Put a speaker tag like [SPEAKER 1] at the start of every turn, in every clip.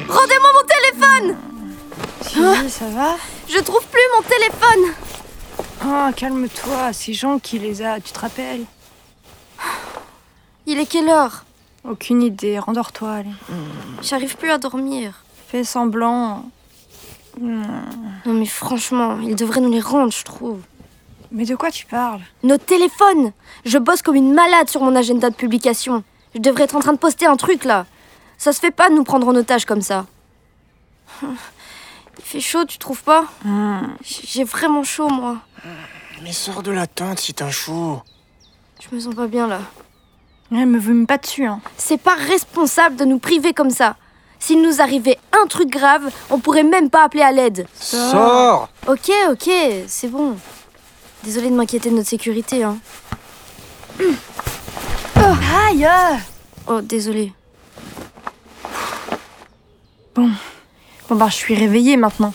[SPEAKER 1] Rendez-moi mon téléphone!
[SPEAKER 2] Suzy, ça va?
[SPEAKER 1] Je trouve plus mon téléphone!
[SPEAKER 2] Oh, calme-toi, c'est Jean qui les a, tu te rappelles?
[SPEAKER 1] Il est quelle heure?
[SPEAKER 2] Aucune idée, rendors-toi, allez.
[SPEAKER 1] J'arrive plus à dormir.
[SPEAKER 2] Fais semblant.
[SPEAKER 1] Non mais franchement, il devrait nous les rendre, je trouve.
[SPEAKER 2] Mais de quoi tu parles?
[SPEAKER 1] Nos téléphones! Je bosse comme une malade sur mon agenda de publication. Je devrais être en train de poster un truc, là. Ça se fait pas de nous prendre en otage comme ça. Il fait chaud, tu trouves pas? J'ai vraiment chaud, moi.
[SPEAKER 3] Mais sors de la tente si t'as chaud.
[SPEAKER 1] Je me sens pas bien, là.
[SPEAKER 2] Elle me vomit pas dessus, hein.
[SPEAKER 1] C'est pas responsable de nous priver comme ça. S'il nous arrivait un truc grave, on pourrait même pas appeler à l'aide.
[SPEAKER 3] Sors!
[SPEAKER 1] Ok, c'est bon. Désolée de m'inquiéter de notre sécurité, hein.
[SPEAKER 2] Aïe!
[SPEAKER 1] Oh, désolée.
[SPEAKER 2] Bon, bah, je suis réveillée maintenant.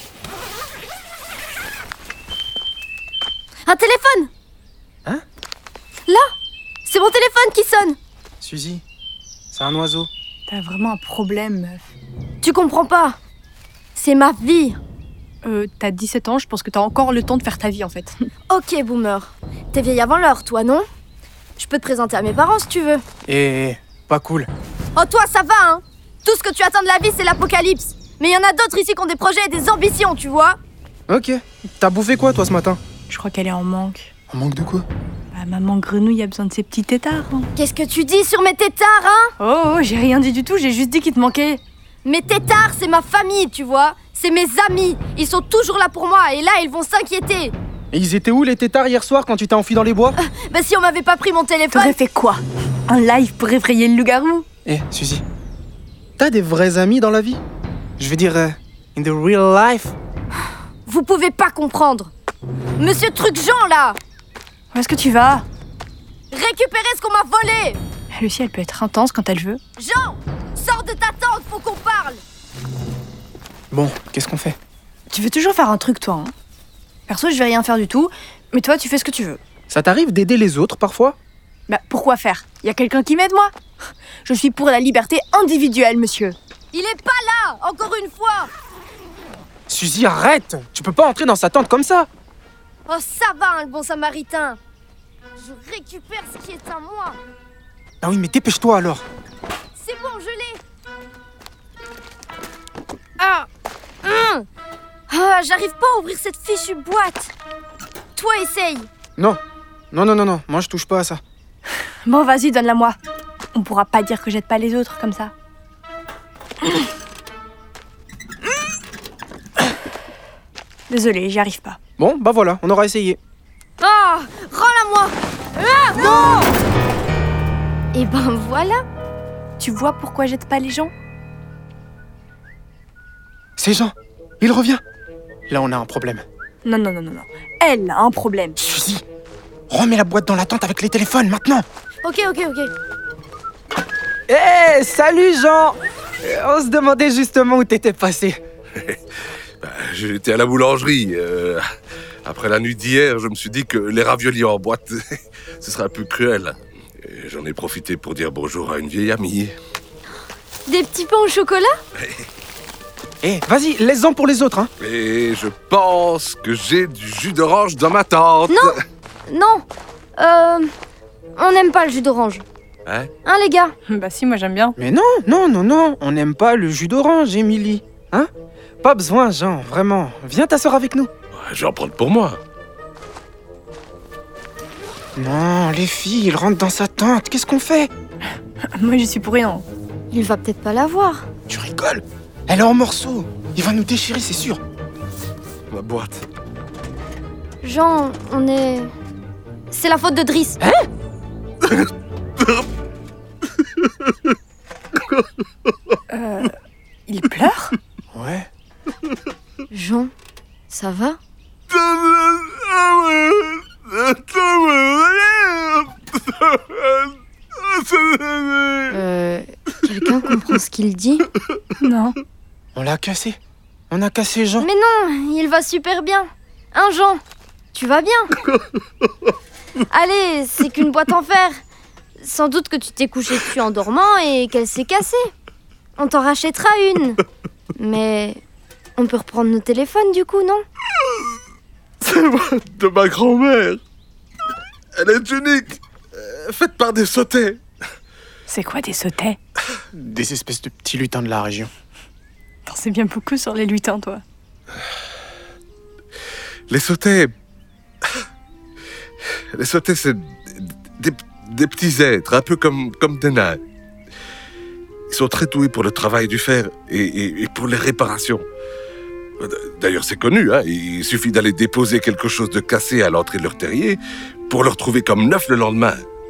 [SPEAKER 1] Un téléphone!
[SPEAKER 3] Hein?
[SPEAKER 1] Là! C'est mon téléphone qui sonne!
[SPEAKER 3] Suzy, c'est un oiseau.
[SPEAKER 2] T'as vraiment un problème, meuf.
[SPEAKER 1] Tu comprends pas? C'est ma vie.
[SPEAKER 2] T'as 17 ans, je pense que t'as encore le temps de faire ta vie, en fait.
[SPEAKER 1] Ok, boomer. T'es vieille avant l'heure, toi, non? Je peux te présenter à mes parents, si tu veux.
[SPEAKER 3] Pas cool.
[SPEAKER 1] Oh, toi, ça va, hein? Tout ce que tu attends de la vie, c'est l'apocalypse. Mais il y en a d'autres ici qui ont des projets et des ambitions, tu vois?
[SPEAKER 3] Ok. T'as bouffé quoi, toi, ce matin?
[SPEAKER 2] Je crois qu'elle est en manque.
[SPEAKER 3] En manque de quoi?
[SPEAKER 2] Bah, maman grenouille a besoin de ses petits tétards. Hein.
[SPEAKER 1] Qu'est-ce que tu dis sur mes tétards, hein?
[SPEAKER 2] Oh, j'ai rien dit du tout, j'ai juste dit qu'il te manquait.
[SPEAKER 1] Mes tétards, c'est ma famille, tu vois? C'est mes amis. Ils sont toujours là pour moi et là, ils vont s'inquiéter.
[SPEAKER 3] Et ils étaient où, les tétards, hier soir, quand tu t'es enfui dans les bois?
[SPEAKER 1] Bah si on m'avait pas pris mon téléphone...
[SPEAKER 2] T'aurais fait quoi? Un live pour effrayer le loup-garou?
[SPEAKER 3] Suzy, t'as des vrais amis dans la vie? Je veux dire, in the real life?
[SPEAKER 1] Vous pouvez pas comprendre. Monsieur Truc-Jean, là!
[SPEAKER 2] Où est-ce que tu vas?
[SPEAKER 1] Récupérez ce qu'on m'a volé!
[SPEAKER 2] Elle aussi, elle peut être intense quand elle veut.
[SPEAKER 1] Jean! Sors de ta tente, faut qu'on parle!
[SPEAKER 3] Bon, qu'est-ce qu'on fait?
[SPEAKER 2] Tu veux toujours faire un truc, toi, hein? Perso, je vais rien faire du tout, mais toi, tu fais ce que tu veux.
[SPEAKER 3] Ça t'arrive d'aider les autres, parfois?
[SPEAKER 2] Bah, pourquoi faire? Y a quelqu'un qui m'aide, moi? Je suis pour la liberté individuelle, monsieur.
[SPEAKER 1] Il est pas là! Encore une fois!
[SPEAKER 3] Suzy, arrête! Tu peux pas entrer dans sa tente comme ça!
[SPEAKER 1] Oh, ça va, hein, le bon samaritain! Je récupère ce qui est à moi!
[SPEAKER 3] Ah oui, mais dépêche-toi, alors!
[SPEAKER 1] C'est bon, je l'ai! Ah! J'arrive pas à ouvrir cette fichue boîte! Toi, essaye!
[SPEAKER 3] Non, moi je touche pas à ça.
[SPEAKER 2] Bon, vas-y, donne-la moi. On pourra pas dire que j'aide pas les autres, comme ça. Désolée, j'y arrive pas.
[SPEAKER 3] Bon, bah voilà, on aura essayé.
[SPEAKER 1] Ah! Rends-la-moi! Ah! Non! Et ben voilà!
[SPEAKER 2] Tu vois pourquoi j'aide pas les gens?
[SPEAKER 3] C'est Jean, il revient. Là, on a un problème.
[SPEAKER 2] Non. Elle a un problème.
[SPEAKER 3] Suzy, remets la boîte dans la tente avec les téléphones, maintenant.
[SPEAKER 1] Ok.
[SPEAKER 3] Salut Jean! On se demandait justement où t'étais passé.
[SPEAKER 4] J'étais à la boulangerie. Après la nuit d'hier, je me suis dit que les raviolis en boîte, ce serait un peu cruel. Et j'en ai profité pour dire bonjour à une vieille amie.
[SPEAKER 1] Des petits pains au chocolat?
[SPEAKER 3] Vas-y, laisse-en pour les autres, hein.
[SPEAKER 4] Et je pense que j'ai du jus d'orange dans ma tente.
[SPEAKER 1] Non! On n'aime pas le jus d'orange.
[SPEAKER 4] Hein?
[SPEAKER 1] Hein, les gars?
[SPEAKER 2] Bah si, moi j'aime bien.
[SPEAKER 3] Mais non, on n'aime pas le jus d'orange, Émilie. Hein? Pas besoin, Jean, vraiment. Viens t'asseoir avec nous.
[SPEAKER 4] Je vais en prendre pour moi.
[SPEAKER 3] Non, les filles, ils rentrent dans sa tente, qu'est-ce qu'on fait?
[SPEAKER 2] Moi, j'y suis pour rien.
[SPEAKER 1] Il va peut-être pas l'avoir.
[SPEAKER 3] Tu rigoles? Elle est en morceaux. Il va nous déchirer, c'est sûr.
[SPEAKER 4] Ma boîte.
[SPEAKER 1] Jean, on est... C'est la faute de Driss.
[SPEAKER 2] Il pleure?
[SPEAKER 3] Ouais.
[SPEAKER 1] Jean, ça va? Quelqu'un comprend ce qu'il dit?
[SPEAKER 2] Non.
[SPEAKER 3] On l'a cassé. On a cassé Jean.
[SPEAKER 1] Mais non, il va super bien. Hein, Jean? Tu vas bien? Allez, c'est qu'une boîte en fer. Sans doute que tu t'es couché dessus en dormant et qu'elle s'est cassée. On t'en rachètera une. Mais on peut reprendre nos téléphones du coup, non?
[SPEAKER 4] C'est de ma grand-mère. Elle est unique, faite par des sautets.
[SPEAKER 2] C'est quoi des sautets?
[SPEAKER 3] Des espèces de petits lutins de la région.
[SPEAKER 2] T'en sais bien beaucoup sur les lutins, toi.
[SPEAKER 4] Les sautets... Les sautets, c'est des petits êtres, un peu comme des nains. Ils sont très doués pour le travail du fer et pour les réparations. D'ailleurs, c'est connu, hein, il suffit d'aller déposer quelque chose de cassé à l'entrée de leur terrier pour le retrouver comme neuf le lendemain.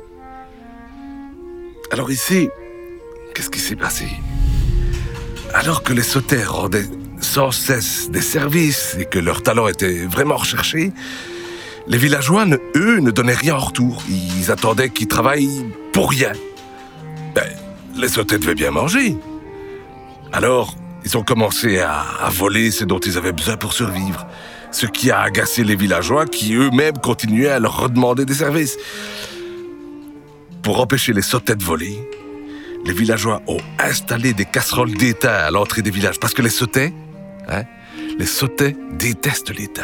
[SPEAKER 4] Alors ici, qu'est-ce qui s'est passé? Alors que les sautets rendaient sans cesse des services et que leur talent était vraiment recherché, les villageois, eux, ne donnaient rien en retour. Ils attendaient qu'ils travaillent pour rien. Les sautets devaient bien manger. Alors, ils ont commencé à voler ce dont ils avaient besoin pour survivre. Ce qui a agacé les villageois qui eux-mêmes continuaient à leur redemander des services. Pour empêcher les sautets de voler, les villageois ont installé des casseroles d'étain à l'entrée des villages. Parce que les sautets détestent l'étain.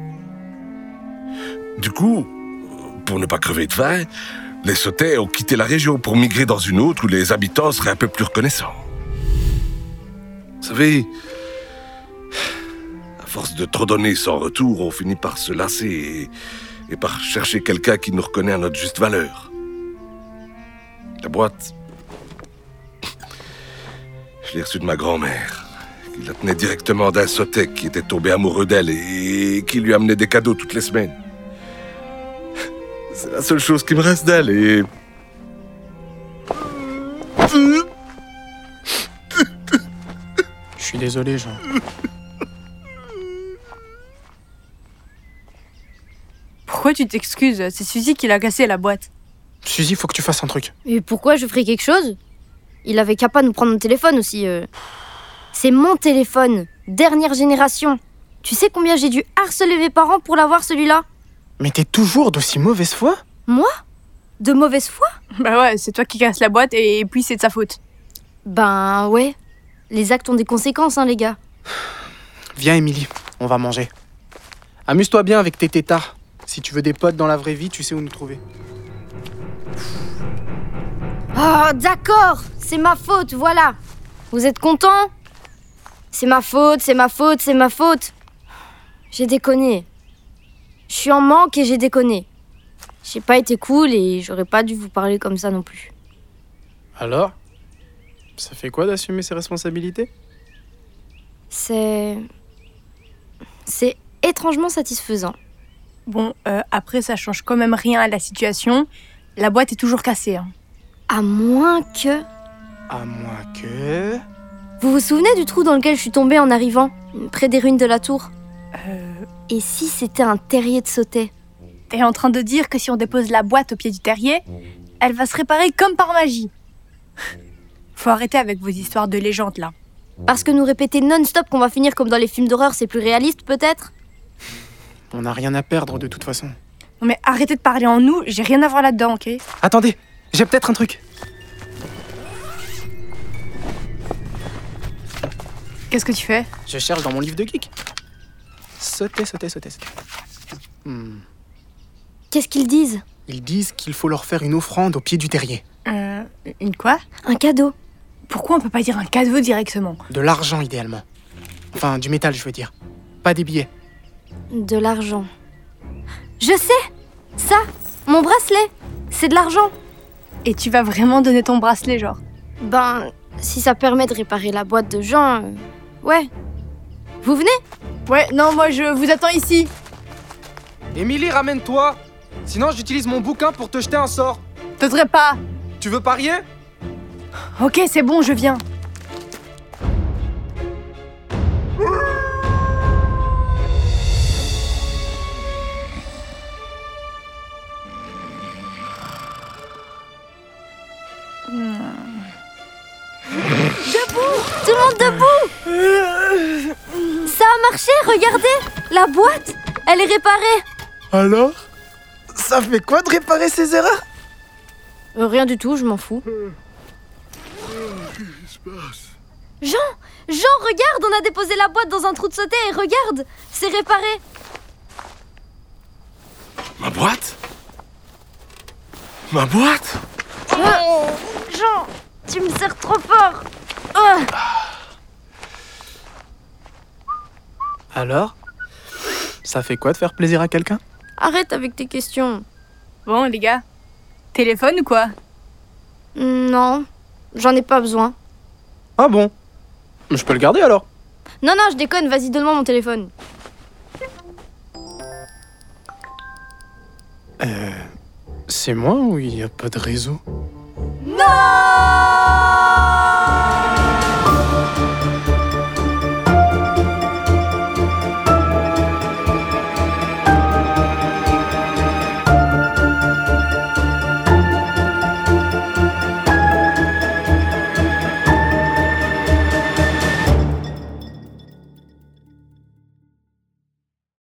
[SPEAKER 4] Du coup, pour ne pas crever de faim, les sautets ont quitté la région pour migrer dans une autre où les habitants seraient un peu plus reconnaissants. Vous savez, à force de trop donner sans retour, on finit par se lasser et par chercher quelqu'un qui nous reconnaît à notre juste valeur. La boîte, je l'ai reçue de ma grand-mère, qui la tenait directement d'un sautet qui était tombé amoureux d'elle et qui lui amenait des cadeaux toutes les semaines. C'est la seule chose qui me reste d'elle et...
[SPEAKER 3] Je suis désolé, Jean.
[SPEAKER 2] Pourquoi tu t'excuses? C'est Suzy qui l'a cassé, la boîte.
[SPEAKER 3] Suzy, faut que tu fasses un truc.
[SPEAKER 1] Et pourquoi je ferais quelque chose? Il avait qu'à pas nous prendre mon téléphone aussi. C'est mon téléphone, dernière génération. Tu sais combien j'ai dû harceler mes parents pour l'avoir celui-là?
[SPEAKER 3] Mais t'es toujours d'aussi mauvaise foi?
[SPEAKER 1] Moi? De mauvaise foi?
[SPEAKER 2] Bah ouais, c'est toi qui casses la boîte et puis c'est de sa faute.
[SPEAKER 1] Ben ouais. Les actes ont des conséquences, hein, les gars.
[SPEAKER 3] Viens, Émilie, on va manger. Amuse-toi bien avec tes tétards. Si tu veux des potes dans la vraie vie, tu sais où nous trouver.
[SPEAKER 1] Oh, d'accord. C'est ma faute, voilà. Vous êtes contents? C'est ma faute, c'est ma faute, c'est ma faute. J'ai déconné. Je suis en manque et j'ai déconné. J'ai pas été cool et j'aurais pas dû vous parler comme ça non plus.
[SPEAKER 3] Alors? Ça fait quoi d'assumer ses responsabilités?
[SPEAKER 1] C'est étrangement satisfaisant.
[SPEAKER 2] Bon, après ça change quand même rien à la situation. La boîte est toujours cassée, hein.
[SPEAKER 1] À moins que...
[SPEAKER 3] À moins que...
[SPEAKER 1] Vous vous souvenez du trou dans lequel je suis tombée en arrivant, près des ruines de la tour? Et si c'était un terrier de sautet?
[SPEAKER 2] T'es en train de dire que si on dépose la boîte au pied du terrier, elle va se réparer comme par magie. Faut arrêter avec vos histoires de légendes, là.
[SPEAKER 1] Parce que nous répéter non-stop qu'on va finir comme dans les films d'horreur, c'est plus réaliste, peut-être?
[SPEAKER 3] On n'a rien à perdre de toute façon.
[SPEAKER 2] Non mais arrêtez de parler en nous, j'ai rien à voir là-dedans, ok?
[SPEAKER 3] Attendez, j'ai peut-être un truc.
[SPEAKER 2] Qu'est-ce que tu fais?
[SPEAKER 3] Je cherche dans mon livre de geek. Sauter.
[SPEAKER 1] Qu'est-ce qu'ils disent?
[SPEAKER 3] Ils disent qu'il faut leur faire une offrande au pied du terrier.
[SPEAKER 2] Une quoi?
[SPEAKER 1] Un cadeau.
[SPEAKER 2] Pourquoi on peut pas dire un cadeau directement?
[SPEAKER 3] De l'argent, idéalement. Enfin, du métal, je veux dire. Pas des billets.
[SPEAKER 1] De l'argent. Je sais! Ça! Mon bracelet! C'est de l'argent!
[SPEAKER 2] Et tu vas vraiment donner ton bracelet, genre?
[SPEAKER 1] Ben, si ça permet de réparer la boîte de Jean, ouais. Vous venez?
[SPEAKER 2] Ouais, non, moi je vous attends ici.
[SPEAKER 3] Émilie, ramène-toi. Sinon, j'utilise mon bouquin pour te jeter un sort.
[SPEAKER 2] T'oserais pas.
[SPEAKER 3] Tu veux parier?
[SPEAKER 2] Ok, c'est bon, je viens.
[SPEAKER 1] Tout le monde debout! Ça a marché, regardez! La boîte, elle est réparée!
[SPEAKER 3] Alors? Ça fait quoi de réparer ces erreurs?
[SPEAKER 1] Rien du tout, je m'en fous.
[SPEAKER 4] Qu'est-ce qui se passe?
[SPEAKER 1] Jean, regarde, on a déposé la boîte dans un trou de sauté et regarde, c'est réparé.
[SPEAKER 4] Ma boîte? Ma boîte?
[SPEAKER 1] Jean, tu me serres trop fort. Oh.
[SPEAKER 3] Alors? Ça fait quoi de faire plaisir à quelqu'un?
[SPEAKER 1] Arrête avec tes questions.
[SPEAKER 2] Bon, les gars, téléphone ou quoi?
[SPEAKER 1] Non, j'en ai pas besoin.
[SPEAKER 3] Ah bon? Je peux le garder alors?
[SPEAKER 1] Non, je déconne, vas-y, donne-moi mon téléphone.
[SPEAKER 3] C'est moi ou il n'y a pas de réseau?
[SPEAKER 1] Non!